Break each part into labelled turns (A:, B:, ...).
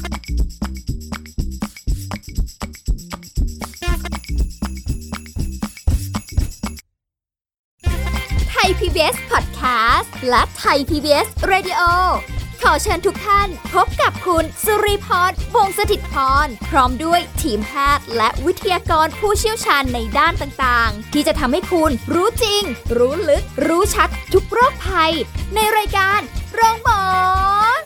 A: ไทย PBS Podcast และไทย PBS Radio ขอเชิญทุกท่านพบกับคุณสุริพร วงศ์สถิตย์พรพร้อมด้วยทีมแพทย์และวิทยากรผู้เชี่ยวชาญในด้านต่างๆที่จะทำให้คุณรู้จริงรู้ลึกรู้ชัดทุกโรคภัยในรายการโรงพยาบาล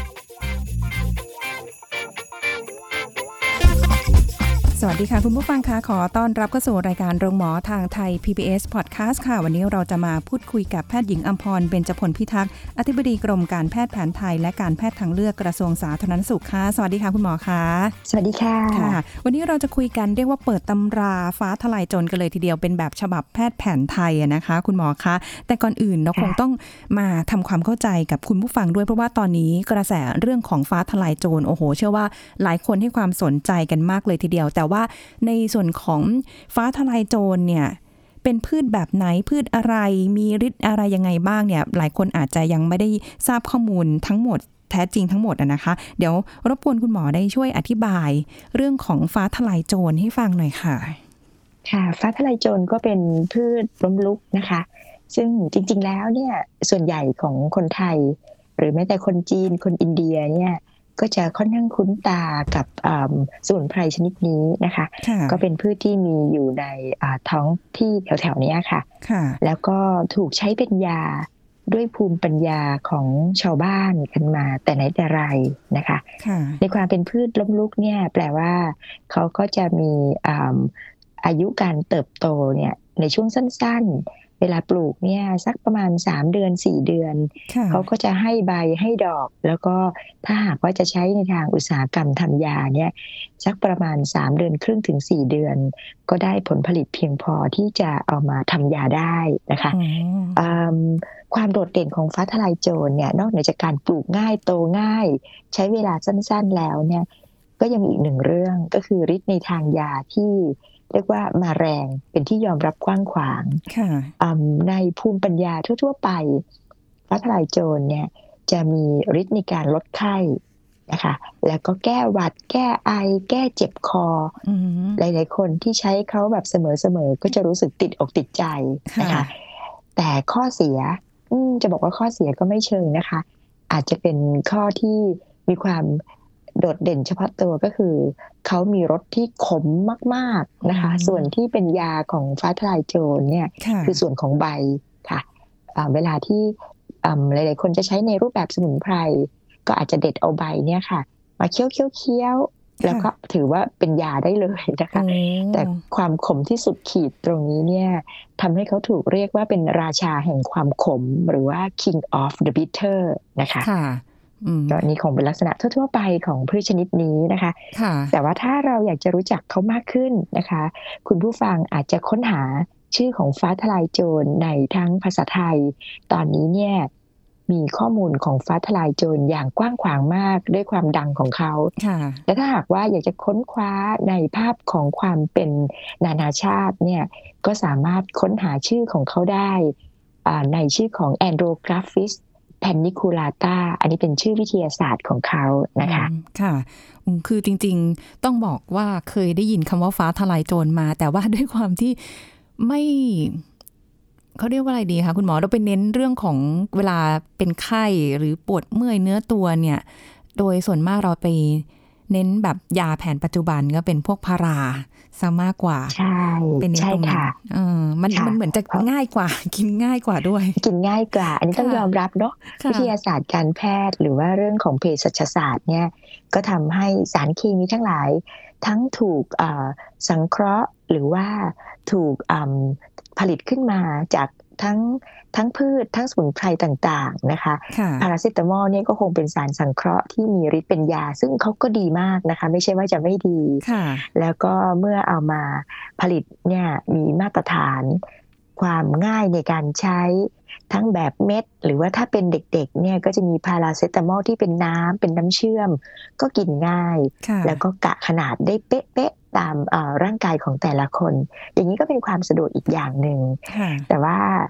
B: สวัสดีค่ะคุณผู้ฟังคะขอต้อนรับเข้าสู่รายการโรงหมอทางไทย PBS Podcast ค่ะวันนี้เราจะมาพูดคุยกับแพทย์หญิงอำพรเบญจพลพิทักษ์อธิบดีกรมการแพทย์แผนไทยและการแพทย์ทางเลือกกระทรวงสาธารณสุขค่ะสวัสดีค่ะคุณหมอคะ
C: สวัสดีค่ะ
B: ค่ะวันนี้เราจะคุยกันเรียกว่าเปิดตำราฟ้าทลายโจรกันเลยทีเดียวเป็นแบบฉบับแพทย์แผนไทยนะคะคุณหมอคะแต่ก่อนอื่นเราคงต้องมาทำความเข้าใจกับคุณผู้ฟังด้วยเพราะว่าตอนนี้กระแสเรื่องของฟ้าทลายโจรโอ้โหเชื่อว่าหลายคนให้ความสนใจกันมากเลยทีเดียวแต่ว่าในส่วนของฟ้าทลายโจรเนี่ยเป็นพืชแบบไหนพืชอะไรมีฤทธิ์อะไรยังไงบ้างเนี่ยหลายคนอาจจะยังไม่ได้ทราบข้อมูลทั้งหมดแท้จริงทั้งหมดนะคะเดี๋ยวรบกวนคุณหมอได้ช่วยอธิบายเรื่องของฟ้าทลายโจรให้ฟังหน่อยค่ะ
C: ค่ะฟ้าทลายโจรก็เป็นพืชล้มลุกนะคะซึ่งจริงๆแล้วเนี่ยส่วนใหญ่ของคนไทยหรือแม้แต่คนจีนคนอินเดียเนี่ยก็จะค่อนข้างคุ้นตากับสมุนไพรชนิดนี้นะคะก็เป็นพืชที่มีอยู่ในท้องที่แถวๆนี้ค่ะแล้วก็ถูกใช้เป็นยาด้วยภูมิปัญญาของชาวบ้านกันมาแต่ไหนแต่ไรนะคะในความเป็นพืชล้มลุกเนี่ยแปลว่าเขาก็จะมีอายุการเติบโตเนี่ยในช่วงสั้นๆเวลาปลูกเนี่ยสักประมาณ3เดือน4เดือนเขาก็จะให้ใบให้ดอกแล้วก็ถ้าหากว่าจะใช้ในทางอุตสาหกรรมทำยาเนี่ยสักประมาณ3เดือนครึ่งถึง4เดือนก็ได้ผลผลิตเพียงพอที่จะเอามาทำยาได้นะคะความโดดเด่นของฟ้าทลายโจรเนี่ยนอกเหนือจากการปลูกง่ายโตง่ายใช้เวลาสั้นๆแล้วเนี่ยก็ยังมีอีกหนึ่งเรื่องก็คือฤทธิ์ในทางยาที่เรียกว่ามาแรงเป็นที่ยอมรับกว้างขวางในภูมิปัญญาทั่วๆไปฟ้าทลายโจรเนี่ยจะมีฤทธิ์ในการลดไข้นะคะแล้วก็แก้หวัดแก้ไอแก้เจ็บคอหลายๆคนที่ใช้เขาแบบเสมอๆก็จะรู้สึกติดอกติดใจนะคะแต่ข้อเสียจะบอกว่าข้อเสียก็ไม่เชิงนะคะอาจจะเป็นข้อที่มีความโดดเด่นเฉพาะตัวก็คือเขามีรสที่ขมมากๆนะคะส่วนที่เป็นยาของฟ้าทลายโจรเนี่ยคือส่วนของใบค่ะเวลาที่หลายๆคนจะใช้ในรูปแบบสมุนไพรก็อาจจะเด็ดเอาใบเนี่ยค่ะมาเคี้ยวๆแล้วก็ถือว่าเป็นยาได้เลยนะคะแต่ความขมที่สุดขีดตรงนี้เนี่ยทำให้เขาถูกเรียกว่าเป็นราชาแห่งความขมหรือว่า King of the Bitter นะคะก็นี้คงเป็นลักษณะทั่วๆไปของพืชชนิดนี้นะคะแต่ว่าถ้าเราอยากจะรู้จักเขามากขึ้นนะคะคุณผู้ฟังอาจจะค้นหาชื่อของฟ้าทลายโจรในทั้งภาษาไทยตอนนี้เนี่ยมีข้อมูลของฟ้าทลายโจรอย่างกว้างขวางมากด้วยความดังของเขาและถ้าหากว่าอยากจะค้นคว้าในภาพของความเป็นนานาชาติเนี่ยก็สามารถค้นหาชื่อของเขาได้ในชื่อของ Andrographis paniculata อันนี้เป็นชื่อวิทยาศาสตร์ของเขานะคะ
B: ค่ะคือจริงๆต้องบอกว่าเคยได้ยินคำว่าฟ้าทลายโจรมาแต่ว่าด้วยความที่ไม่เขาเรียกว่าอะไรดีคะคุณหมอเราไปเน้นเรื่องของเวลาเป็นไข้หรือปวดเมื่อยเนื้อตัวเนี่ยโดยส่วนมากเราไปเน้นแบบยาแผนปัจจุบันก็เป็นพวกพาราซะมากกว่า
C: ใช่
B: เป็นเน้นตรงนั้นมันเหมือนจะง่ายกว่ากินง่ายกว่าด้วย
C: กินง่ายกว่าอันนี้ต้องยอมรับเนาะวิทยาศาสตร์การแพทย์หรือว่าเรื่องของเภสัชศาสตร์เนี่ยก็ทำให้สารเคมีทั้งหลายทั้งถูกสังเคราะห์หรือว่าถูกผลิตขึ้นมาจากทั้งพืชทั้งสมุนไพรต่างๆนะคะพาราเซตามอลเนี่ยก็คงเป็นสารสังเคราะห์ที่มีฤทธิ์เป็นยาซึ่งเขาก็ดีมากนะคะไม่ใช่ว่าจะไม่ดีแล้วก็เมื่อเอามาผลิตเนี่ยมีมาตรฐานความง่ายในการใช้ทั้งแบบเม็ดหรือว่าถ้าเป็นเด็กๆเนี่ยก็จะมีพาราเซตามอลที่เป็นน้ำเชื่อมก็กินง่ายแล้วก็กะขนาดได้เป๊ะตามร่างกายของแต่ละคนอย่างนี้ก็เป็นความสะดวกอีกอย่างหนึ่งแต่ว่า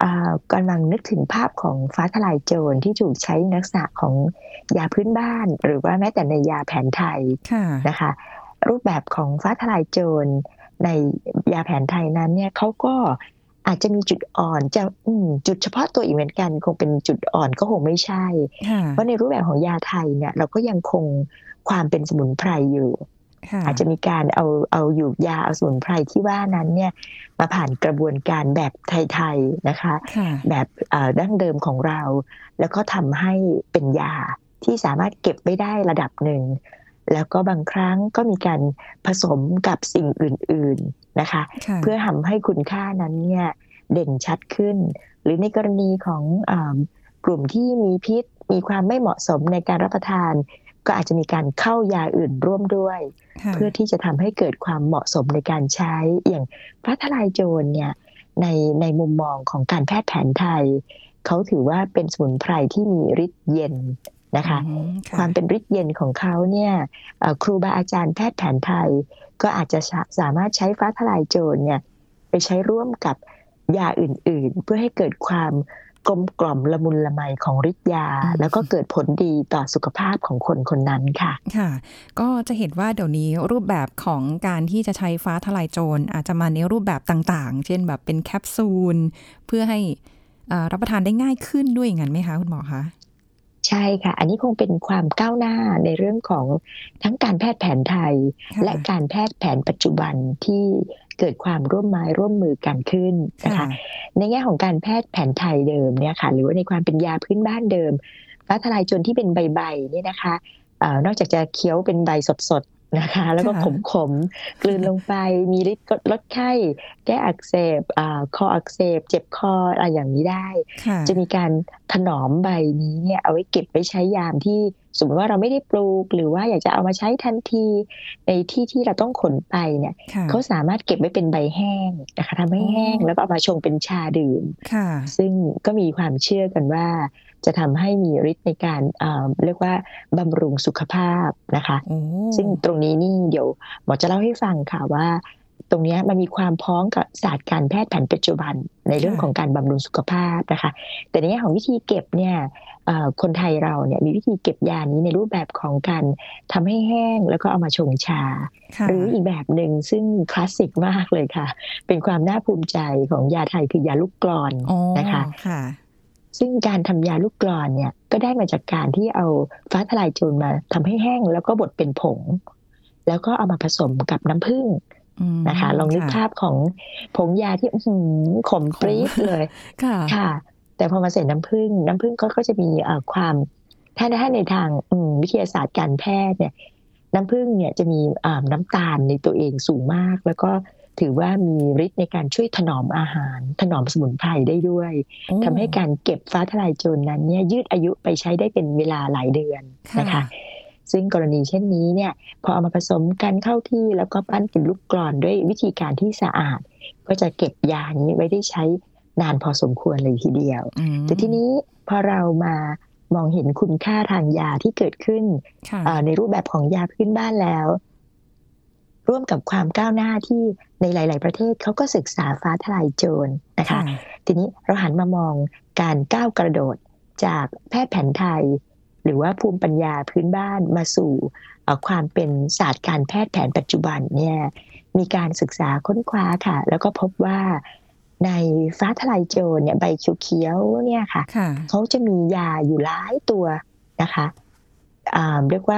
C: กำลังนึกถึงภาพของฟ้าทลายโจรที่ถูกใช้ในลักษณะของยาพื้นบ้านหรือว่าแม้แต่ในยาแผนไทยนะคะรูปแบบของฟ้าทลายโจรในยาแผนไทยนั้นเนี่ยเขาก็อาจจะมีจุดอ่อนจะจุดเฉพาะตัวอีกเหมือนกันคงเป็นจุดอ่อนก็คงไม่ใช่เพราะในรูปแบบของยาไทยเนี่ยเราก็ยังคงความเป็นสมุนไพรอยู่อาจจะมีการเอาอยู่ยาเอาสมุนไพรที่ว่านั้นเนี่ยมาผ่านกระบวนการแบบไทยๆนะคะแบบดั้งเดิมของเราแล้วก็ทำให้เป็นยาที่สามารถเก็บไว้ได้ระดับหนึ่งแล้วก็บางครั้งก็มีการผสมกับสิ่งอื่นๆนะคะเพื่อทำให้คุณค่านั้นเนี่ยเด่นชัดขึ้นหรือในกรณีของกลุ่มที่มีพิษมีความไม่เหมาะสมในการรับประทานก็อาจจะมีการเข้ายาอื่นร่วมด้วยเพื่อที่จะทำให้เกิดความเหมาะสมในการใช้อย่างฟ้าทลายโจรเนี่ยในมุมมองของการแพทย์แผนไทยเขาถือว่าเป็นสมุนไพรที่มีฤทธิ์เย็นนะคะความเป็นฤทธิ์เย็นของเขาเนี่ยครูบาอาจารย์แพทย์แผนไทยก็อาจจะสามารถใช้ฟ้าทลายโจรเนี่ยไปใช้ร่วมกับยาอื่นๆเพื่อให้เกิดความกลมกล่อมละมุนละไมของฤทธิ์ยาแล้วก็เกิดผลดีต่อสุขภาพของคนคนนั้นค่ะ
B: ค่ะก็จะเห็นว่าเดี๋ยวนี้รูปแบบของการที่จะใช้ฟ้าทลายโจรอาจจะมาในรูปแบบต่างๆเช่นแบบเป็นแคปซูลเพื่อให้รับประทานได้ง่ายขึ้นด้วยอย่างนั้นไหมคะคุณหมอคะ
C: ใช่ค่ะอันนี้คงเป็นความก้าวหน้าในเรื่องของทั้งการแพทย์แผนไทยและการแพทย์แผนปัจจุบันที่เกิดความร่วมไม้ร่วมมือกันขึ้นนะคะในแง่ของการแพทย์แผนไทยเดิมเนี่ยค่ะหรือว่าในความเป็นยาพื้นบ้านเดิมฟ้าทลายโจรที่เป็นใบๆเนี่ยนะคะนอกจากจะเคี้ยวเป็นใบสดๆนะคะแล้วก็ขมๆกลืนลงไปมีฤทธิ์ลดไข้แก้อักเสบคออักเสบเจ็บคออะไรอย่างนี้ได้จะมีการถนอมใบนี้เนี่ยเอาไว้เก็บไว้ใช้ยามที่สมมติว่าเราไม่ได้ปลูกหรือว่าอยากจะเอามาใช้ทันทีในที่เราต้องขนไปเนี่ยเขาสามารถเก็บไว้เป็นใบแห้งนะคะทำให้แห้งแล้วก็เอามาชงเป็นชาดื่มซึ่งก็มีความเชื่อกันว่าจะทำให้มีฤทธิ์ในการเรียกว่าบำรุงสุขภาพนะคะซึ่งตรงนี้นี่เดี๋ยวหมอจะเล่าให้ฟังค่ะว่าตรงนี้มันมีความพ้องกับศาสตร์การแพทย์แผนปัจจุบันในเรื่องของการบำรุงสุขภาพนะคะแต่ในแง่ของวิธีเก็บเนี่ยคนไทยเราเนี่ยมีวิธีเก็บยานี้ในรูปแบบของการทำให้แห้งแล้วก็เอามาชงชาหรืออีกแบบหนึ่งซึ่งคลาสสิกมากเลยค่ะเป็นความน่าภูมิใจของยาไทยคือยาลูกกลอนนะคะซึ่งการทำยาลูกกลอนเนี่ยก็ได้มาจากการที่เอาฟ้าทลายโจรมาทำให้แห้งแล้วก็บดเป็นผงแล้วก็เอามาผสมกับน้ำผึ้งนะคะลองนึกภาพของผงยาที่ขมปรี๊ดเลยค่ะแต่พอมาใส่น้ำผึ้งก็จะมีความถ้าในทางวิทยาศาสตร์การแพทย์เนี่ยน้ำผึ้งเนี่ยจะมีน้ำตาลในตัวเองสูงมากแล้วก็ถือว่ามีฤทธิ์ในการช่วยถนอมอาหารถนอมสมุนไพรได้ด้วยทำให้การเก็บฟ้าทลายโจรนั้นเนี่ยยืดอายุไปใช้ได้เป็นเวลาหลายเดือนนะคะซึ่งกรณีเช่นนี้เนี่ยพอเอามาผสมกันเข้าที่แล้วก็ปั้นเป็นลูกกลอนด้วยวิธีการที่สะอาดก็จะเก็บยานี้ไว้ได้ใช้นานพอสมควรเลยทีเดียวแต่ทีนี้พอเรามามองเห็นคุณค่าทางยาที่เกิดขึ้นในรูปแบบของยาพื้นบ้านแล้วร่วมกับความก้าวหน้าที่ในหลายๆประเทศเขาก็ศึกษาฟ้าทลายโจรนะคะทีนี้เราหันมามองการก้าวกระโดดจากแพทย์แผนไทยหรือว่าภูมิปัญญาพื้นบ้านมาสู่ความเป็นศาสตร์การแพทย์แผนปัจจุบันเนี่ยมีการศึกษาค้นคว้าค่ะแล้วก็พบว่าในฟ้าทลายโจรเนี่ยใบเขียวๆเนี่ยค่ะเขาจะมียาอยู่หลายตัวนะคะเรียกว่า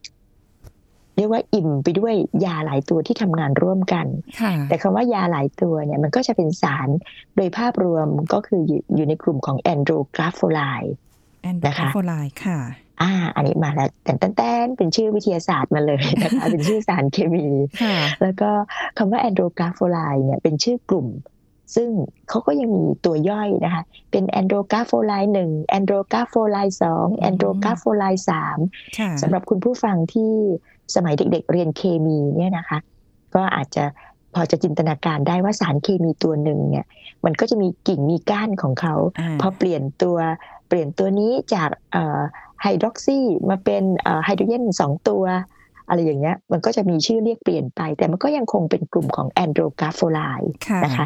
C: อิ่มไปด้วยยาหลายตัวที่ทำงานร่วมกันแต่คำว่ายาหลายตัวเนี่ยมันก็จะเป็นสารโดยภาพรวมก็คืออยู่ในกลุ่มของแอนโดรกราฟโฟไลน์นะคะ
B: ค่ะ
C: อันนี้มาแล้วแต่เป็นชื่อวิทยาศาสตร์มาเลยนะคะ เป็นชื่อสารเคมีแล้วก็คำว่าแอนโดรกราฟโฟไลน์เนี่ยเป็นชื่อกลุ่มซึ่งเขาก็ยังมีตัวย่อยนะคะเป็นแอนโดรกราฟโฟไลน์1แอนโดรกราฟโฟไลน์2แอนโดรกราฟโฟไลน์3สำหรับคุณผู้ฟังที่สมัยเด็กๆเรียนเคมีเนี่ยนะคะก็อาจจะพอจะจินตนาการได้ว่าสารเคมีตัวหนึ่งเนี่ยมันก็จะมีกิ่งมีก้านของเขาพอเปลี่ยนตัวนี้จากไฮดรอกซีมาเป็นไฮโดรเจน2ตัวอะไรอย่างเงี้ยมันก็จะมีชื่อเรียกเปลี่ยนไปแต่มันก็ยังคงเป็นกลุ่มของแอนโดรกราฟโฟไลน์นะคะ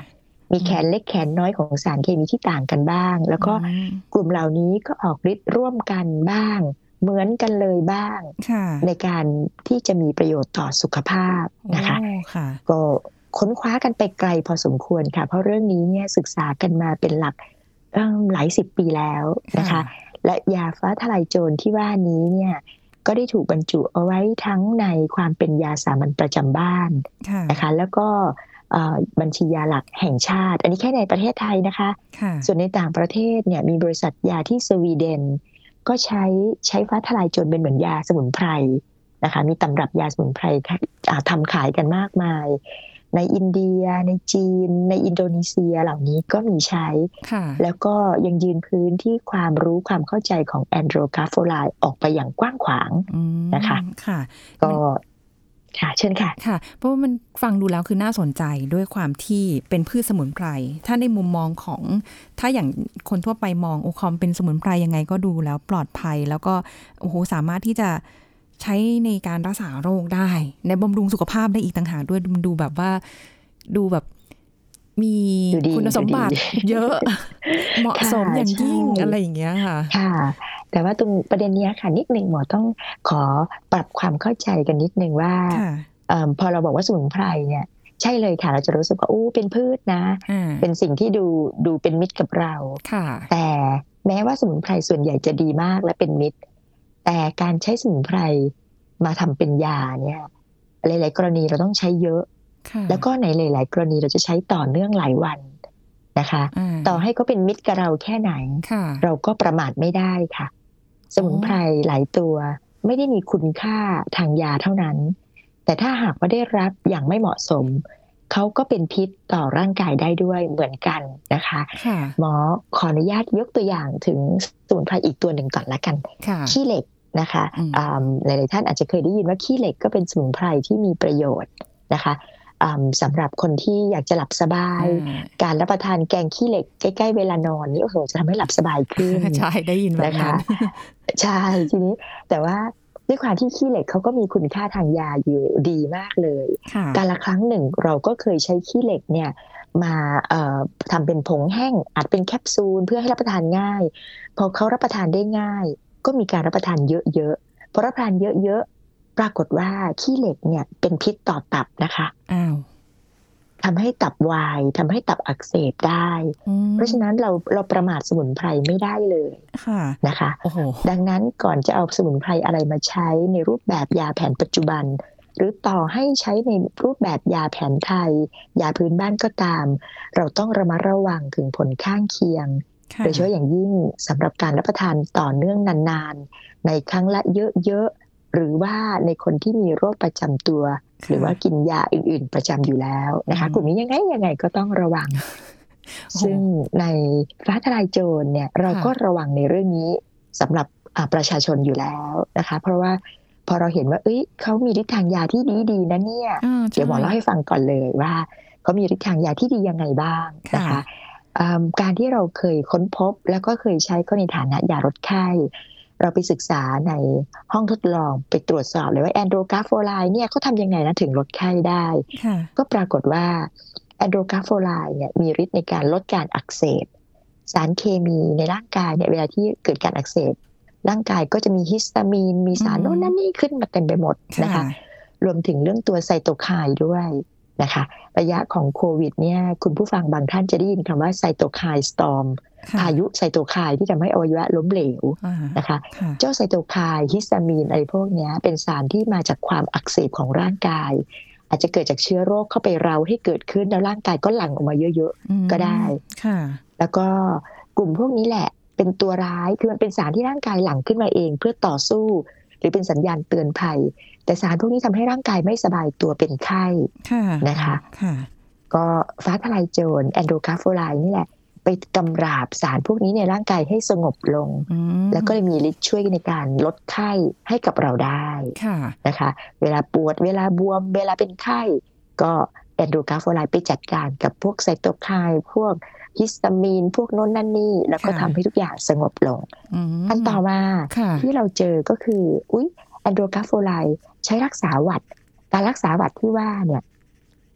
C: มีแขนเล็กแขนน้อยของสารเคมีที่ต่างกันบ้างแล้วก็กลุ่มเหล่านี้ก็ออกฤทธิ์ร่วมกันบ้างเหมือนกันเลยบ้างในการที่จะมีประโยชน์ต่อสุขภาพนะคะก็ค้นคว้ากันไปไกลพอสมควรค่ะเพราะเรื่องนี้เนี่ยศึกษากันมาเป็นหลักหลายสิบปีแล้วนะคะและยาฟ้าทลายโจรที่ว่านี้เนี่ยก็ได้ถูกบรรจุเอาไว้ทั้งในความเป็นยาสามัญประจำบ้านนะคะแล้วก็บัญชียาหลักแห่งชาติอันนี้แค่ในประเทศไทยนะคะส่วนในต่างประเทศเนี่ยมีบริษัทยาที่สวีเดนก็ใช้ฟ้าทลายโจรเป็นเหมือนยาสมุนไพรนะคะมีตำรับยาสมุนไพรทำขายกันมากมายในอินเดียในจีนในอินโดนีเซียเหล่านี้ก็มีใช้แล้วก็ยังยืนพื้นที่ความรู้ความเข้าใจของแอนโดรกาโฟไลออกไปอย่างกว้างขวางนะคะก็ค่ะเชิญค่ะ
B: ค่ะเพราะว่ามันฟังดูแล้วคือน่าสนใจด้วยความที่เป็นพืชสมุนไพรถ้าในมุมมองของถ้าอย่างคนทั่วไปมองโอคอมเป็นสมุนไพรยังไงก็ดูแล้วปลอดภัยแล้วก็โอ้โหสามารถที่จะใช้ในการรักษาโรคได้ในบำรุงสุขภาพได้อีกต่างหากด้วยมันดูแบบว่าดูแบบมีคุณสมบัติเยอะเหมาะสมอย่างยิ่งอะไรอย่างเงี้ยค่ะ
C: ค่ะแต่ว่าตรงประเด็นนี้ค่ะนิดนึงหมอต้องขอปรับความเข้าใจกันนิดนึงว่าพอเราบอกว่าสมุนไพรเนี่ยใช่เลยค่ะเราจะรู้สึกว่าเป็นพืชนะเป็นสิ่งที่ดูเป็นมิตรกับเราแต่แม้ว่าสมุนไพรส่วนใหญ่จะดีมากและเป็นมิตรแต่การใช้สมุนไพรมาทำเป็นยาเนี่ยหลายๆกรณีเราต้องใช้เยอะแล้วก็ในหลายๆกรณีเราจะใช้ต่อเนื่องหลายวันนะคะต่อให้เขาเป็นมิตรกับเราแค่ไหนเราก็ประมาทไม่ได้ค่ะสมุนไพรหลายตัวไม่ได้มีคุณค่าทางยาเท่านั้นแต่ถ้าหากว่าได้รับอย่างไม่เหมาะสมเขาก็เป็นพิษต่อร่างกายได้ด้วยเหมือนกันนะคะหมอขออนุญาตยกตัวอย่างถึงสมุนไพรอีกตัวหนึ่งก่อนละกันขี้เหล็กนะคะหลายๆท่านอาจจะเคยได้ยินว่าขี้เหล็กก็เป็นสมุนไพรที่มีประโยชน์นะคะสำหรับคนที่อยากจะหลับสบายการรับประทานแกงขี้เหล็กใกล้ๆเวลานอนนี่โอ้โหจะทำให้หลับสบายขึ้น
B: ใช่ได้ยินแบบนั้น
C: ใช่ทีนี้แต่ว่าด้วยความที่ขี้เหล็กเขาก็มีคุณค่าทางยาอยู่ดีมากเลยการละครั้งหนึ่งเราก็เคยใช้ขี้เหล็กเนี่ยมาทำเป็นผงแห้งอัดเป็นแคปซูลเพื่อให้รับประทานง่ายพอเขารับประทานได้ง่ายก็มีการรับประทานเยอะๆพอรับประทานเยอะๆปรากฏว่าขี้เหล็กเนี่ยเป็นพิษต่อตับนะคะทำให้ตับวายทำให้ตับอักเสบได้เพราะฉะนั้นเราประมาทสมุนไพรไม่ได้เลยนะคะดังนั้นก่อนจะเอาสมุนไพรอะไรมาใช้ในรูปแบบยาแผนปัจจุบันหรือต่อให้ใช้ในรูปแบบยาแผนไทยยาพื้นบ้านก็ตามเราต้องระมัดระวังถึงผลข้างเคียงโดยเฉพาะอย่างยิ่งสำหรับการรับประทานต่อเนื่องนานๆในครั้งละเยอะๆหรือว่าในคนที่มีโรคประจำตัวหรือว่ากินยาอื่นๆประจำอยู่แล้วนะคะกลุ่มนี้ยังไงก็ต้องระวังซึ่งในฟ้าทลายโจรเนี่ยเราก็ระวังในเรื่องนี้สำหรับประชาชนอยู่แล้วนะคะเพราะว่าพอเราเห็นว่าเขามีฤทธิ์ทางยาที่ดีๆนะเนี่ยเดี๋ยวหมอเล่าให้ฟังก่อนเลยว่าเขามีฤทธิ์ทางยาที่ดียังไงบ้างนะคะการที่เราเคยค้นพบแล้วก็เคยใช้ก็ในฐานะยาลดไข้เราไปศึกษาในห้องทดลองไปตรวจสอบเลยว่าแอนโดรกาโฟไลเนี่ยเขาทำยังไงนะถึงลดไข้ได้ก็ปรากฏว่าแอนโดรกาโฟไลเนี่ยมีฤทธิ์ในการลดการอักเสบสารเคมีในร่างกายเนี่ยเวลาที่เกิดการอักเสบร่างกายก็จะมีฮิสตามีนมีสารโน่นนั่นนี่ขึ้นมาเต็มไปหมดนะคะรวมถึงเรื่องตัวไซโตไคน์ด้วยนะคะระยะของโควิดเนี่ยคุณผู้ฟังบางท่านจะได้ยินคำว่าไซโตไคน์สตอร์มพายุไซโตไคน์ที่ทำให้อวัยวะล้มเหลวนะคะเจ้าไซโตไคน์ฮิสตามีนอะไรพวกนี้เป็นสารที่มาจากความอักเสบของร่างกายอาจจะเกิดจากเชื้อโรคเข้าไปเร้าให้เกิดขึ้นแล้วร่างกายก็หลั่งออกมาเยอะๆก็ได้แล้วก็กลุ่มพวกนี้แหละเป็นตัวร้ายคือมันเป็นสารที่ร่างกายหลั่งขึ้นมาเองเพื่อต่อสู้หรือเป็นสัญญาณเตือนภัยแต่สารพวกนี้ทำให้ร่างกายไม่สบายตัวเป็นไข้นะคะก็ฟ้าทลายโจรแอนโดรกาโฟไลนี่แหละไปกำราบสารพวกนี้ในร่างกายให้สงบลงแล้วก็เลยมีฤทธิ์ช่วยในการลดไข้ให้กับเราได้นะคะเวลาปวดเวลาบวมเวลาเป็นไข้ก็แอนโดรกาโฟไลไปจัดการกับพวกไซโตไคน์พวกฮิสตามีนพวกโน้นนั่นนี่แล้วก็ทำให้ทุกอย่างสงบลงอันต่อมาที่เราเจอก็คือแอนโดรกาโฟไลใช้รักษาหวัดการรักษาหวัดที่ว่าเนี่ย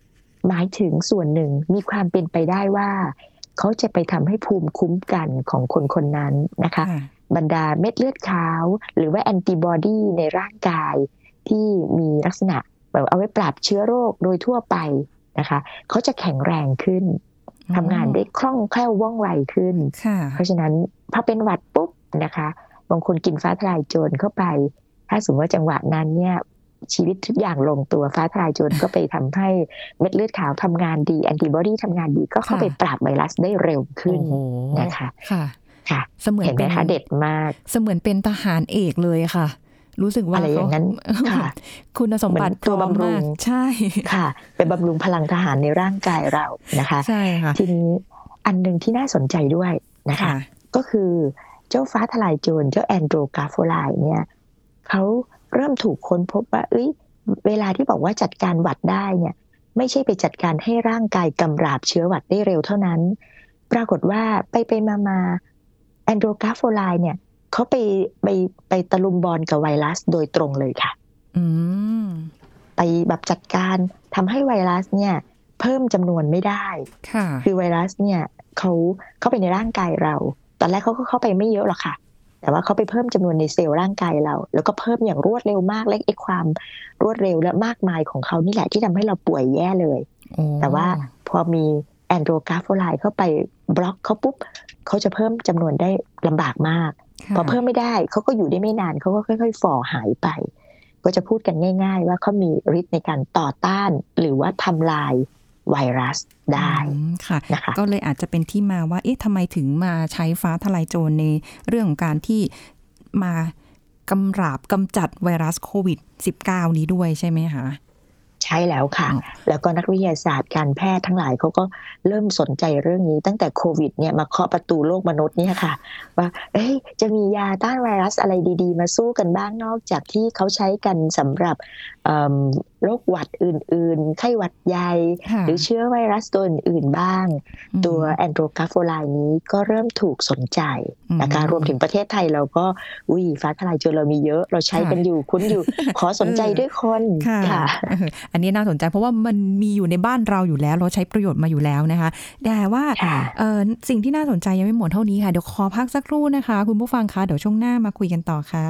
C: หมายถึงส่วนหนึ่งมีความเป็นไปได้ว่าเขาจะไปทำให้ภูมิคุ้มกันของคนคนนั้นนะคะบรรดาเม็ดเลือดขาวหรือว่าแอนติบอดีในร่างกายที่มีลักษณะแบบเอาไว้ปราบเชื้อโรคโดยทั่วไปนะคะเขาจะแข็งแรงขึ้นทำงานได้คล่องแคล่วว่องไวขึ้นเพราะฉะนั้นพอเป็นหวัดปุ๊บนะคะบางคนกินฟ้าทลายโจรเข้าไปถ้าสมมติว่าจังหวะนั้นเนี่ยชีวิตทุกอย่างลงตัวฟ้าทลายโจรก็ไปทำให้เม็ดเลือดขาวทำงานดีแอนติบอดีทำงานดีก็เข้าไปปราบไวรัสได้เร็วขึ้นนะคะค่ะเสมือนเป็นเด็ดมาก
B: เสมือนเป็นทหารเอกเลยค่ะรู้สึกว่า
C: อะไรอย่างนั้นค่ะ
B: คุณสมบัติ
C: ตัวบำรุง
B: ใช่
C: ค่ะเป็นบำรุงพลังทหารในร่างกายเรานะคะ
B: ใช่ค่ะ
C: ทีนี้อันนึงที่น่าสนใจด้วยนะคะก็คือเจ้าฟ้าทลายโจรเจ้าแอนโดรกาโฟไลเนี่ยเขาเริ่มถูกค้นพบว่าเวลาที่บอกว่าจัดการหวัดได้เนี่ยไม่ใช่ไปจัดการให้ร่างกายกำราบเชื้อหวัดได้เร็วเท่านั้นปรากฏว่าไปมาแอนโดรกาโฟไลเนี่ยเขาไปตะลุมบอลกับไวรัสโดยตรงเลยค่ะไปแบบจัดการทำให้ไวรัสเนี่ยเพิ่มจำนวนไม่ได้คือไวรัสเนี่ยเขาเข้าไปในร่างกายเราตอนแรกเขาก็เข้าไปไม่เยอะหรอกค่ะแต่ว่าเขาไปเพิ่มจำนวนในเซลล์ร่างกายเราแล้วก็เพิ่มอย่างรวดเร็วมากและความรวดเร็วและมากมายของเขานี่แหละที่ทำให้เราป่วยแย่เลยแต่ว่าพอมีแอนโดรกาโฟไลเข้าไปบล็อกเขาปุ๊บเขาจะเพิ่มจำนวนได้ลำบากมากพอเพิ่มไม่ได้เขาก็อยู่ได้ไม่นานเขาก็ค่อยๆฝ่อหายไปก็จะพูดกันง่ายๆว่าเขามีฤทธิ์ในการต่อต้านหรือว่าทำลายไวรัสได้
B: ค่ะนะคะก็เลยอาจจะเป็นที่มาว่าทำไมถึงมาใช้ฟ้าทลายโจรในเรื่องของการที่มากำจัดไวรัสโควิด -19 นี้ด้วยใช่ไหมคะ
C: ใช่แล้วค่ะแล้วก็นักวิทยาศาสตร์การแพทย์ทั้งหลายเขาก็เริ่มสนใจเรื่องนี้ตั้งแต่โควิดเนี่ยมาเคาะประตูโลกมนุษย์เนี่ยค่ะว่าจะมียาต้านไวรัสอะไรดีๆมาสู้กันบ้างนอกจากที่เขาใช้กันสำหรับโรคหวัดอื่นๆไข้หวัดใหญ่หรือเชื้อไวรัสตัวอื่นๆบ้างตัวแอนโดรกาโฟไลนี้ก็เริ่มถูกสนใจนะคะรวมถึงประเทศไทยเราก็ฟ้าทลายโจรเรามีเยอะเราใช้กันอยู่คุ้นอยู่ขอสนใจด้วยคนค่ะ
B: อันนี้น่าสนใจเพราะว่ามันมีอยู่ในบ้านเราอยู่แล้วเราใช้ประโยชน์มาอยู่แล้วนะคะแต่ว่าสิ่งที่น่าสนใจยังไม่หมดเท่านี้ค่ะเดี๋ยวขอพักสักครู่นะคะคุณผู้ฟังคะเดี๋ยวช่วงหน้ามาคุยกันต่อค่ะ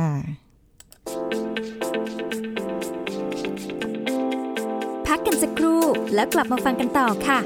A: พักกันสักครู่แล้วกลับมาฟังกันต่อค่ะ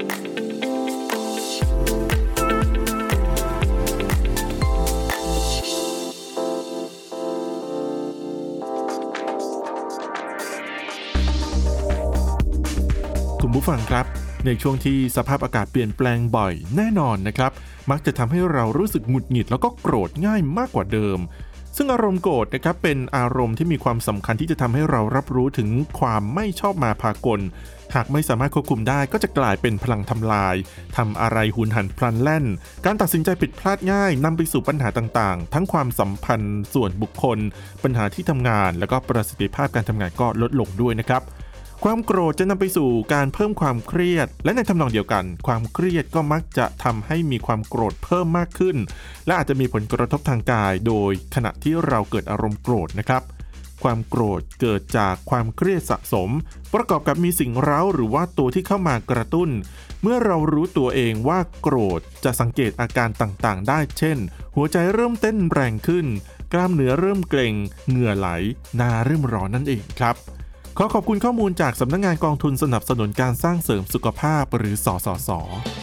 D: คุณผู้ฟังครับในช่วงที่สภาพอากาศเปลี่ยนแปลงบ่อยแน่นอนนะครับมักจะทำให้เรารู้สึกหงุดหงิดแล้วก็โกรธง่ายมากกว่าเดิมซึ่งอารมณ์โกรธนะครับเป็นอารมณ์ที่มีความสำคัญที่จะทำให้เรารับรู้ถึงความไม่ชอบมาพากลหากไม่สามารถควบคุมได้ก็จะกลายเป็นพลังทำลายทำอะไรหุนหันพลันแล่นการตัดสินใจผิดพลาดง่ายนำไปสู่ปัญหาต่างๆทั้งความสัมพันธ์ส่วนบุคคลปัญหาที่ทำงานแล้วก็ประสิทธิภาพการทำงานก็ลดลงด้วยนะครับความโกรธจะนำไปสู่การเพิ่มความเครียดและในทำนองเดียวกันความเครียดก็มักจะทำให้มีความโกรธเพิ่มมากขึ้นและอาจจะมีผลกระทบทางกายโดยขณะที่เราเกิดอารมณ์โกรธนะครับความโกรธเกิดจากความเครียดสะสมประกอบกับมีสิ่งเร้าหรือว่าตัวที่เข้ามากระตุ้นเมื่อเรารู้ตัวเองว่าโกรธจะสังเกตอาการต่างๆได้เช่นหัวใจเริ่มเต้นแรงขึ้นกล้ามเนื้อเริ่มเกร็งเหงื่อไหลหน้าเริ่มร้อนนั่นเองครับขอขอบคุณข้อมูลจากสำนักงานกองทุนสนับสนุนการสร้างเสริมสุขภาพหรือสสส.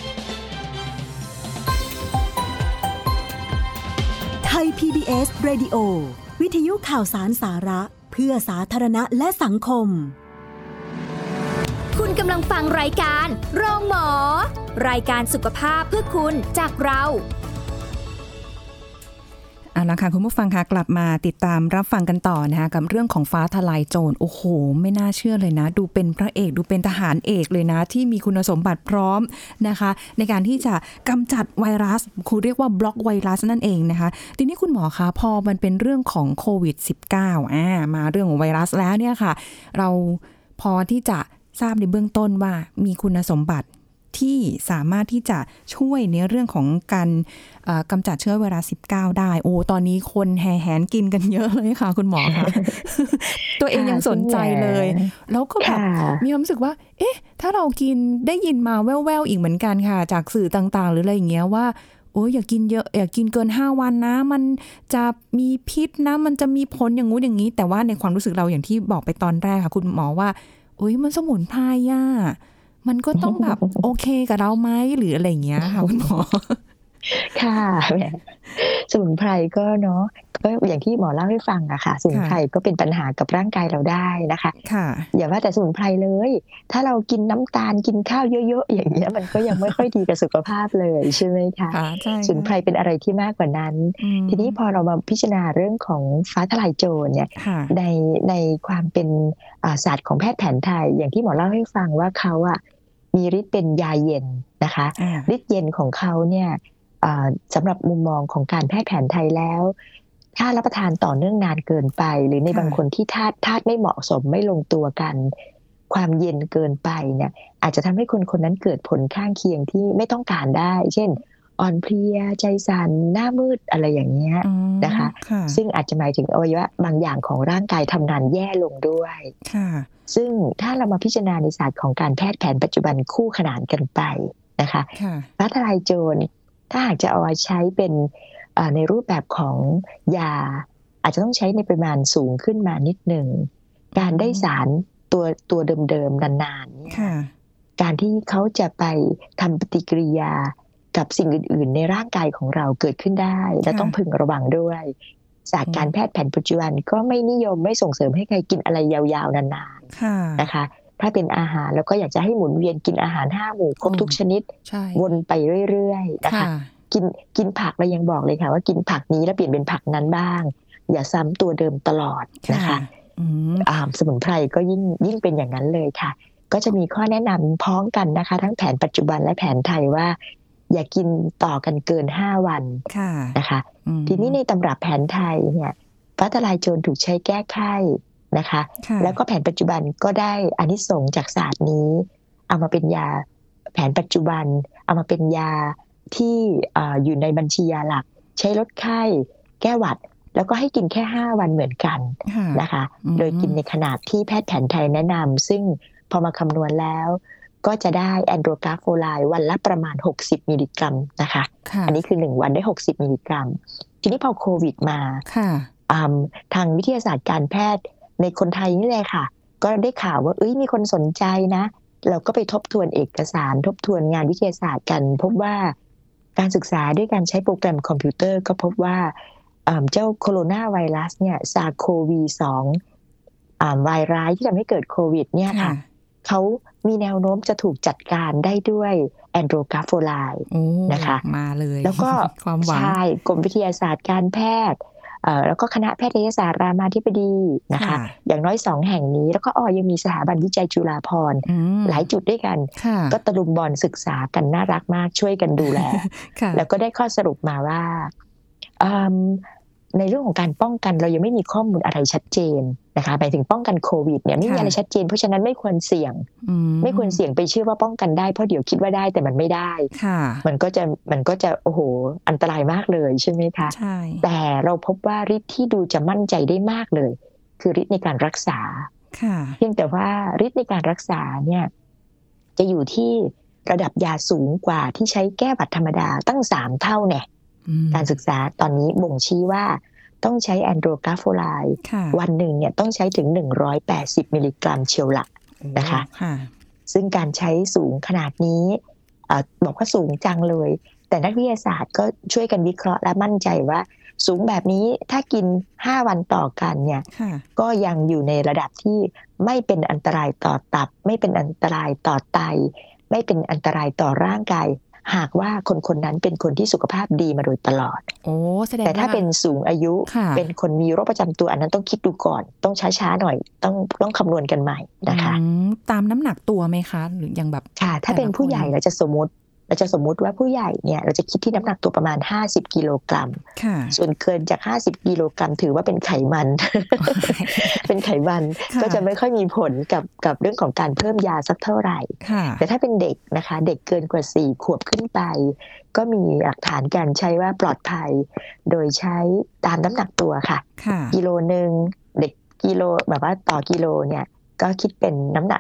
E: ไทย PBS Radio วิทยุข่าวสารสาระเพื่อสาธารณะและสังคม
A: คุณกำลังฟังรายการโรงหมอรายการสุขภาพเพื่อคุณจากเรา
B: เอาละค่ะคุณผู้ฟังคะกลับมาติดตามรับฟังกันต่อนะคะกับเรื่องของฟ้าทลายโจรโอ้โหไม่น่าเชื่อเลยนะดูเป็นพระเอกดูเป็นทหารเอกเลยนะที่มีคุณสมบัติพร้อมนะคะในการที่จะกำจัดไวรัสคือเรียกว่าบล็อกไวรัสนั่นเองนะคะทีนี้คุณหมอคะพอมันเป็นเรื่องของโควิด -19 มาเรื่องของไวรัสแล้วเนี่ยค่ะเราพอที่จะทราบในเบื้องต้นว่ามีคุณสมบัติที่สามารถที่จะช่วยในเรื่องของการกำจัดเชื้อไวรัส19ได้โอ้ตอนนี้คนแห่แหนกินกันเยอะเลยค่ะคุณหมอคะ ตัวเองยังสนใจเลยแล้วก็แบบมีความรู้สึกว่าเอ๊ะถ้าเรากินได้ยินมาแว่วๆอีกเหมือนกันค่ะจากสื่อต่างๆหรืออะไรอย่างเงี้ยว่าโอ้ยอย่ากินเยอะอย่ากินเกิน5วันนะมันจะมีพิษนะมันจะมีผลอย่างงู้นอย่างนี้แต่ว่าในความรู้สึกเราอย่างที่บอกไปตอนแรกค่ะคุณหมอว่าโอ้ยมันสมุนไพรอ่ะมันก็ต้องแบบโอเคกับเราไหมหรืออะไรอย่างเงี้ยค่ะคุณหมอ
C: ค่ะสมุนไพรก็เนาะก็อย่างที่หมอเล่าให้ฟังอะค่ะสมุนไพรก็เป็นปัญหากับร่างกายเราได้นะคะอย่าว่าแต่สมุนไพรเลยถ้าเรากินน้ำตาลกินข้าวเยอะๆอย่างเงี้ยมันก็ยังไม่ค่อยดีกับสุขภาพเลยใช่ไหมคะสมุนไพรเป็นอะไรที่มากกว่านั้นทีนี้พอเรามาพิจารณาเรื่องของฟ้าทลายโจรเนี่ยในความเป็นศาสตร์ของแพทย์แผนไทยอย่างที่หมอเล่าให้ฟังว่าเขาอะมีฤทธิ์เป็นยาเย็นนะคะฤทธิ์เย็นของเขาเนี่ยสำหรับมุมมองของการแพทย์แผนไทยแล้วถ้ารับประทานต่อเนื่องนานเกินไปหรือในบางคนที่ธาตุไม่เหมาะสมไม่ลงตัวกันความเย็นเกินไปเนี่ยอาจจะทำให้คนนั้นเกิดผลข้างเคียงที่ไม่ต้องการได้เช่นอ่อนเพลียใจสั่นหน้ามืดอะไรอย่างเงี้ยนะคะซึ่งอาจจะหมายถึงอวัยวะบางอย่างของร่างกายทำงานแย่ลงด้วยซึ่งถ้าเรามาพิจารณาในศาสตร์ของการแพทย์แผนปัจจุบันคู่ขนานกันไปนะคะฟ้าทลายโจรถ้าหากจะเอาไว้ใช้เป็นในรูปแบบของยาอาจจะต้องใช้ในปริมาณสูงขึ้นมานิดหนึ่งการได้สารตัวเดิมๆนานๆการที่เขาจะไปทำปฏิกิริยากับสิ่งอื่นๆในร่างกายของเราเกิดขึ้นได้และต้องพึงระวังด้วยศาสตร์การแพทย์แผนปัจจุบันก็ไม่นิยมไม่ส่งเสริมให้ใครกินอะไรยาวๆนานๆนะคะถ้าเป็นอาหารแล้วก็อยากจะให้หมุนเวียนกินอาหาร5 หมู่ครบทุกชนิดวนไปเรื่อยๆนะคะกินผักเรายังบอกเลยค่ะว่ากินผักนี้แล้วเปลี่ยนเป็นผักนั้นบ้างอย่าซ้ำตัวเดิมตลอดนะคะสมุนไพรก็ยิ่งเป็นอย่างนั้นเลยค่ะก็จะมีข้อแนะนำพ้องกันนะคะทั้งแผนปัจจุบันและแผนไทยว่าอย่ากินต่อกันเกิน5 วันนะคะทีนี้ในตำรับแผนไทยเนี่ยฟ้าทลายโจรถูกใช้แก้ไข้นะคะแล้วก็แผนปัจจุบันก็ได้อานิสงส์จากศาสตร์นี้เอามาเป็นยาแผนปัจจุบันเอามาเป็นยาที่อยู่ในบัญชียาหลักใช้ลดไข้แก้หวัดแล้วก็ให้กินแค่5 วันเหมือนกันนะคะโดยกินในขนาดที่แพทย์แผนไทยแนะนำซึ่งพอมาคำนวณแล้วก็จะได้แอนโดรกราโฟไลด์วันละประมาณ60 มิลลิกรัมนะคะอันนี้คือ1 วันได้60 มิลลิกรัมทีนี้พอโควิดมาทางวิทยาศาสตร์การแพทย์ในคนไทยนี่เลยค่ะก็ได้ข่าวว่ามีคนสนใจนะเราก็ไปทบทวนเอกสารทบทวนงานวิทยาศาสตร์กันพบว่าการศึกษาด้วยการใช้โปรแกรมคอมพิวเตอร์ก็พบว่าเจ้าโคโรนาไวรัสเนี่ยซาร์โควี2ไวรัสที่ทำให้เกิดโควิดเนี่ยค่ะเขามีแนวโน้มจะถูกจัดการได้ด้วยแอนโดรกราโฟไลด์นะคะ
B: มาเลย
C: แล้วก็ความหวังใช่กรมวิทยาศาสตร์การแพทย์แล้วก็คณะแพทยศาสตร์รามาธิบดีนะคะอย่างน้อย2 แห่งนี้แล้วก็ยังมีสถาบันวิจัยจุฬาภรณ์หลายจุดด้วยกันก็ตะลุมบอลศึกษากันน่ารักมากช่วยกันดูแลแล้วก็ได้ข้อสรุปมาว่าในเรื่องของการป้องกันเรายังไม่มีข้อมูลอะไรชัดเจนนะคะหมายถึงป้องกันโควิดเนี่ยไม่มีอะไรชัดเจนเพราะฉะนั้นไม่ควรเสี่ยงไปเชื่อว่าป้องกันได้เพราะเดี๋ยวคิดว่าได้แต่มันไม่ได้มันก็จะโอ้โหอันตรายมากเลยใช่ไหมคะแต่เราพบว่าฤทธิ์ที่ดูจะมั่นใจได้มากเลยคือฤทธิ์ในการรักษาเพียงแต่ว่าฤทธิ์ในการรักษาเนี่ยจะอยู่ที่ระดับยาสูงกว่าที่ใช้แก้หวัดธรรมดาตั้ง3 เท่าเนี่ยการศึกษาตอนนี้บ่งชี้ว่าต้องใช้แอนโดรกราโฟไลด์วันหนึ่งเนี่ยต้องใช้ถึง180 มิลลิกรัมเชียวละนะคะซึ่งการใช้สูงขนาดนี้บอกว่าสูงจังเลยแต่นักวิทยาศาสตร์ก็ช่วยกันวิเคราะห์และมั่นใจว่าสูงแบบนี้ถ้ากิน5 วันต่อกันเนี่ยก็ยังอยู่ในระดับที่ไม่เป็นอันตรายต่อตับไม่เป็นอันตรายต่อไตไม่เป็นอันตรายต่อร่างกายหากว่าคนนั้นเป็นคนที่สุขภาพดีมาโดยตลอดแต่ถ้าเป็นสูงอายุเป็นคนมีโรคประจำตัวอันนั้นต้องคิดดูก่อนต้องช้าๆหน่อยต้องคำนวณกันใหม่นะคะ
B: ตามน้ำหนักตัวไหมคะหรือยังแบบ
C: ค่ะถ้าเป็นผู้ใหญ่เราจะสมมติเราจะสมมุติว่าผู้ใหญ่เนี่ยเราจะคิดที่น้ำหนักตัวประมาณ50กิโลกรัมส่วนเกินจาก50กิโลกรัมถือว่าเป็นไขมัน เป็นไขมันก็จะไม่ค่อยมีผลกับเรื่องของการเพิ่มยาสักเท่าไหร่แต่ถ้าเป็นเด็กนะคะเด็กเกินกว่า4ขวบขึ้นไปก็มีหลักฐานการใช้ว่าปลอดภัยโดยใช้ตามน้ำหนักตัวค่ะกิโลนึงเด็กกิโลแบบว่าต่อกิโลเนี่ยก็คิดเป็นน้ำหนัก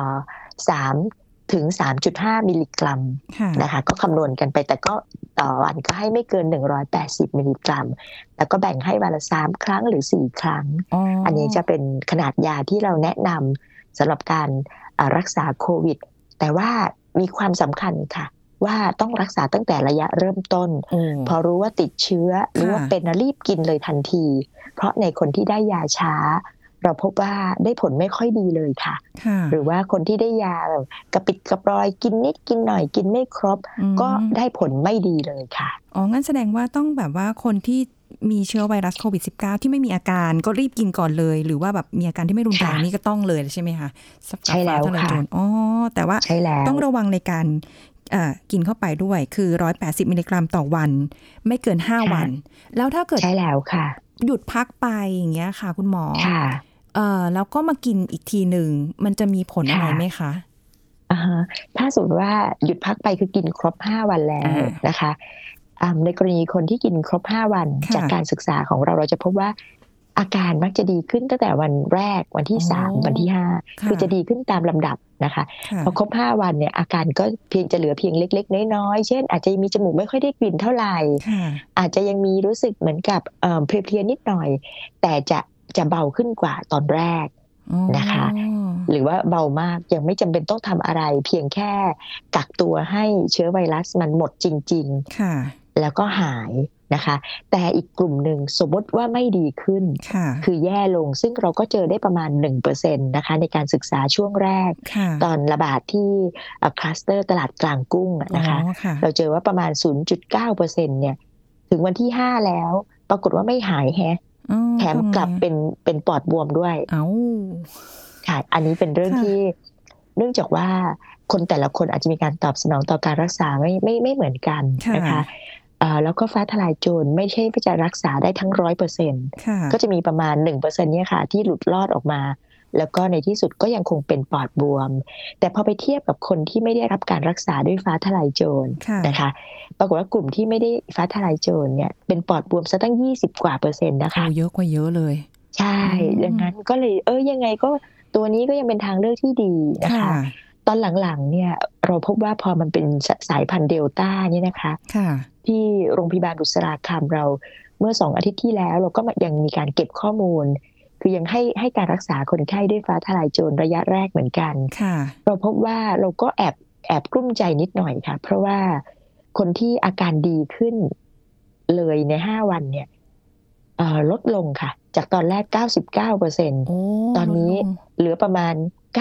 C: 3 ถึง 3.5 มิลลิกรัมนะคะก็คำนวณกันไปแต่ก็ต่อวันก็ให้ไม่เกิน180มิลลิกรัมแล้วก็แบ่งให้วันละ3ครั้งหรือ4ครั้ง อันนี้จะเป็นขนาดยาที่เราแนะนำสำหรับการรักษาโควิดแต่ว่ามีความสำคัญค่ะว่าต้องรักษาตั้งแต่ระยะเริ่มต้นพอรู้ว่าติดเชื้อหรือว่าเป็นรีบกินเลยทันทีเพราะในคนที่ได้ยาช้าเราพบว่าได้ผลไม่ค่อยดีเลยค่ะหรือว่าคนที่ได้ยากระปิดกระปรอยกินนิดกินหน่อยกินไม่ครบก็ได้ผลไม่ดีเลยค่ะ
B: งั้นแสดงว่าต้องแบบว่าคนที่มีเชื้อไวรัสโควิด -19 ที่ไม่มีอาการก็รีบกินก่อนเลยหรือว่าแบบมีอาการที่ไม่รุนแรงนี่ก็ต้องเลยใช่ไหมคะ
C: ใช่แล้วค่ะ
B: แต่ว่าต้องระวังในการกินเข้าไปด้วยคือ180มิลลิกรัมต่อวันไม่เกิน5วันแล้วถ้าเกิด
C: ใช่แล้วค่ะ
B: หยุดพักไปอย่างเงี้ยค่ะคุณหมอแล้วก็มากินอีกทีหนึ่งมันจะมีผลอะไรไหมคะ
C: ถ้าสมมติว่าหยุดพักไปคือกินครบ5วันแล้วนะคะในกรณีคนที่กินครบ5วันจากการศึกษาของเราจะพบว่าอาการมักจะดีขึ้นตั้งแต่วันแรกวันที่3วันที่5คือจะดีขึ้นตามลำดับนะคะพอครบ5วันเนี่ยอาการก็จะเหลือเพียงเล็กๆน้อยๆเช่นอาจจะมีจมูกไม่ค่อยได้กลิ่นเท่าไหร่อาจจะยังมีรู้สึกเหมือนกับเพลียๆนิดหน่อยแต่จะเบาขึ้นกว่าตอนแรกนะคะหรือว่าเบามากยังไม่จำเป็นต้องทำอะไรเพียงแค่กักตัวให้เชื้อไวรัสมันหมดจริงๆแล้วก็หายนะคะแต่อีกกลุ่มหนึ่งสมมติว่าไม่ดีขึ้นคือแย่ลงซึ่งเราก็เจอได้ประมาณ 1% นะคะในการศึกษาช่วงแรกตอนระบาดที่คลัสเตอร์ตลาดกลางกุ้งนะคะเราเจอว่าประมาณ 0.9% เนี่ยถึงวันที่5แล้วปรากฏว่าไม่หายแถมกลับเป็นปอดบวมด้วยค่ะอันนี้เป็นเรื่องที่เนื่องจากว่าคนแต่ละคนอาจจะมีการตอบสนองต่อการรักษาไม่เหมือนกันนะคะแล้วก็ฟ้าทลายโจรไม่ใช่จะรักษาได้ทั้ง 100% ก็จะมีประมาณ 1% เนี่ยค่ะที่หลุดรอดออกมาแล้วก็ในที่สุดก็ยังคงเป็นปอดบวมแต่พอไปเทียบกับคนที่ไม่ได้รับการรักษาด้วยฟ้าทลายโจรนะคะปรากฏว่ากลุ่มที่ไม่ได้ฟ้าทลายโจรเนี่ยเป็นปอดบวมซะตั้ง20%กว่านะคะ
B: เยอะกว่าเยอะเลย
C: ใช่ดังนั้นก็เลยยังไงก็ตัวนี้ก็ยังเป็นทางเลือกที่ดีนะคะตอนหลังๆเนี่ยเราพบว่าพอมันเป็นสายพันธุ์เดลต้านี่นะคะที่โรงพยาบาลบุษราคำเราเมื่อ2อาทิตย์ที่แล้วเราก็ยังมีการเก็บข้อมูลคือยังให้การรักษาคนไข้ด้วยฟ้าทลายโจรระยะแรกเหมือนกันเราพบว่าเราก็แอบกลุ้มใจนิดหน่อยค่ะเพราะว่าคนที่อาการดีขึ้นเลยใน5วันเนี่ยลดลงค่ะจากตอนแรก 99% ตอนนี้เหลือประมาณ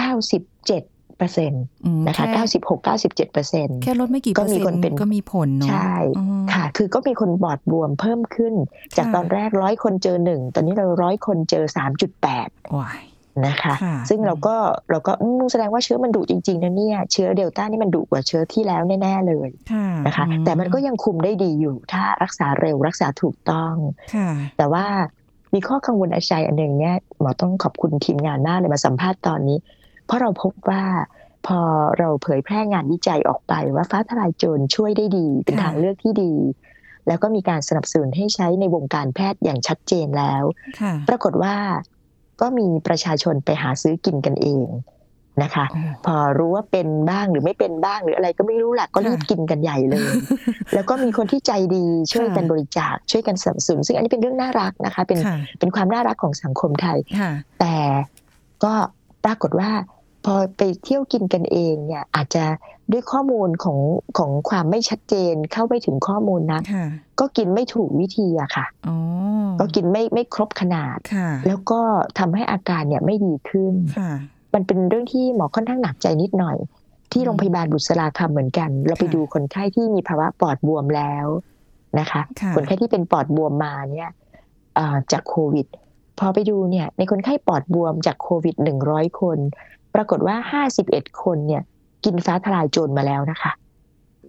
C: 97%นะคะ 96-97%
B: แค่ลดไม่กี่เปอร์เซ็นต์ก็มีผลเนาะ
C: ใช่ค่ะคือก็มีคนปอดบวมเพิ่มขึ้นจากตอนแรก100คนเจอ1ตอนนี้เรา100คนเจอ 3.8
B: ว้าย
C: นะคะซึ่งเราก็แสดงว่าเชื้อมันดุจริงๆนะเนี่ยเชื้อเดลต้านี่มันดุกว่าเชื้อที่แล้วแน่ๆเลยนะคะแต่มันก็ยังคุมได้ดีอยู่ถ้ารักษาเร็วรักษาถูกต้องแต่ว่ามีข้อกังวลใจอันหนึ่งเนี่ยหมอต้องขอบคุณทีมงานมากเลยมาสัมภาษณ์ตอนนี้เพราะเราพบว่าพอเราเผยแพร่งานวิจัยออกไปว่าฟ้าทลายโจรช่วยได้ดีเป็นทางเลือกที่ดีแล้วก็มีการสนับสนุนให้ใช้ในวงการแพทย์อย่างชัดเจนแล้วปรากฏว่าก็มีประชาชนไปหาซื้อกินกันเองนะคะพอรู้ว่าเป็นบ้างหรือไม่เป็นบ้างหรืออะไรก็ไม่รู้หลักก็รีบกินกันใหญ่เลยแล้วก็มีคนที่ใจดีช่วยกันบริจาคช่วยกันสนับสนุนซึ่งอันนี้เป็นเรื่องน่ารักนะคะเป็นความน่ารักของสังคมไทยแต่ก็ปรากฏว่าพอไปเที่ยวกินกันเองเนี่ยอาจจะด้วยข้อมูลของความไม่ชัดเจนเข้าไม่ถึงข้อมูลนะก็กินไม่ถูกวิธีอะค่ะก็กินไม่ครบขนาดแล้วก็ทำให้อาการเนี่ยไม่ดีขึ้นมันเป็นเรื่องที่หมอค่อนข้างหนักใจนิดหน่อยที่โรงพยาบาลบุษราคำเหมือนกันเราไปดูคนไข้ที่มีภาวะปอดบวมแล้วนะคะคนไข้ที่เป็นปอดบวมมาเนี่ยจากโควิดพอไปดูเนี่ยในคนไข้ปอดบวมจากโควิด100คนปรากฏว่า51คนเนี่ยกินฟ้าทลายโจรมาแล้วนะคะ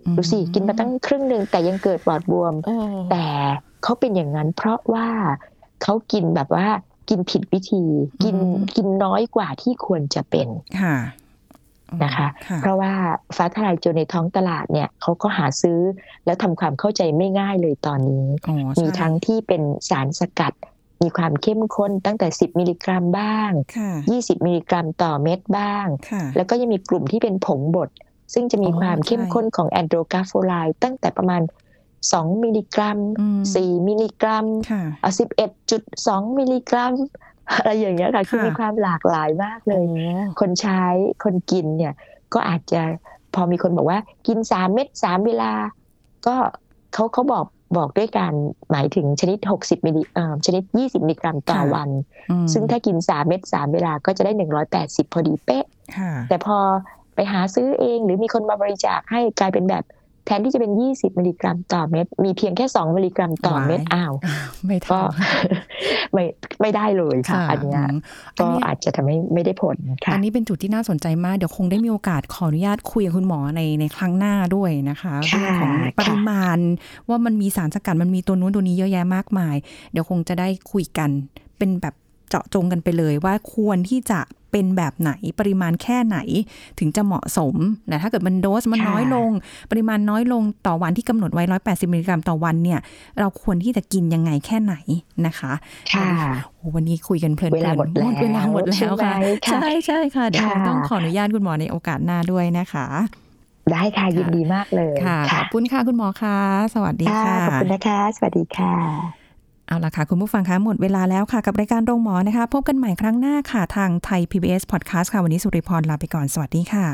C: ดูสิกินมาตั้งครึ่งนึงแต่ยังเกิดปอดบวมแต่เขาเป็นอย่างนั้นเพราะว่าเขากินแบบว่ากินผิดวิธีกินน้อยกว่าที่ควรจะเป็นนะคะเพราะว่าฟ้าทลายโจรในท้องตลาดเนี่ยเขาก็หาซื้อแล้วทำความเข้าใจไม่ง่ายเลยตอนนี้มีทั้งที่เป็นสารสกัดมีความเข้มข้นตั้งแต่10มิลลิกรัมบ้าง20มิลลิกรัมต่อเม็ดบ้างแล้วก็ยังมีกลุ่มที่เป็นผงบดซึ่งจะมีความเข้มข้นของแอนโดรกราโฟไลด์ตั้งแต่ประมาณ2มิลลิกรัม4มิลลิกรัม11.2 มิลลิกรัมอะไรอย่างเงี้ยค่ะคือมีความหลากหลายมากเลยคนใช้คนกินเนี่ยก็อาจจะพอมีคนบอกว่ากิน3เม็ด3เวลาก็เขาบอกด้วยการหมายถึงชนิด60มิลลิชนิด20มิลลิกรัมต่อวันซึ่งถ้ากิน3เม็ด3เวลาก็จะได้180พอดีเป๊ะแต่พอไปหาซื้อเองหรือมีคนมาบริจาคให้กลายเป็นแบบแทนที่จะเป็น20มิลลิกรัมต่อเม็ดมีเพียงแค่2มิลลิกรัมต่อเม็ดก็ไม่ได้เลยค่ะอันนี้ก็อาจจะทำให้ไม่ได้ผลค่ะ
B: อันนี้เป็นจุดที่น่าสนใจมากเดี๋ยวคงได้มีโอกาสขออนุญาตคุยกับคุณหมอในครั้งหน้าด้วยนะคะเรื่องของปริมาณว่ามันมีสารสกัดมันมีตัวนู้นตัวนี้เยอะแยะมากมายเดี๋ยวคงจะได้คุยกันเป็นแบบเจาะจงกันไปเลยว่าควรที่จะเป็นแบบไหนปริมาณแค่ไหนถึงจะเหมาะสมนะถ้าเกิดมันโดสมันน้อยลงปริมาณน้อยลงต่อวันที่กำหนดไว้180มิลลิกรัมต่อวันเนี่ยเราควรที่จะกินยังไงแค่ไหนนะคะ
C: ค่ะ
B: วันนี้คุยกันเพลินๆเวลาหมดแล้วค่ะใช่ค่ะเดี๋ยวต้องขออนุญาตคุณหมอในโอกาสหน้าด้วยนะคะ
C: ได้ค่ะยินดีมากเลย
B: ค่ะขอบคุณค่ะคุณหมอค่ะสวัสดีค่ะ
C: ขอบคุณนะคะสวัสดีค่ะ
B: เอาล่ะค่ะคุณผู้ฟังคะหมดเวลาแล้วค่ะกับรายการโรงหมอนะคะพบกันใหม่ครั้งหน้าค่ะทางไทย PBS Podcast ค่ะวันนี้สุริพรลาไปก่อนสวัสดีค่ะ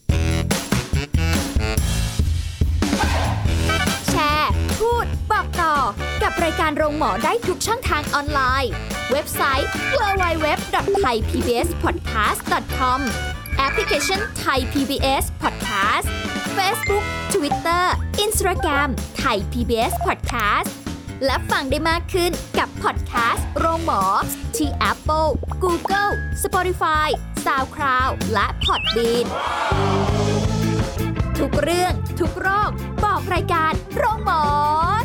A: แชร์พูดบอกต่อกับรายการโรงหมอได้ทุกช่องทางออนไลน์เว็บไซต์ www.thaipbspodcast.com แอปพลิเคชัน Thai PBS Podcast Facebook Twitter Instagram Thai PBS Podcastและฟังได้มากขึ้นกับพอดแคสต์โรงหมอที่ Apple, Google, Spotify, SoundCloud และ Podbean ทุกเรื่องทุกโรคบอกรายการโรงหมอ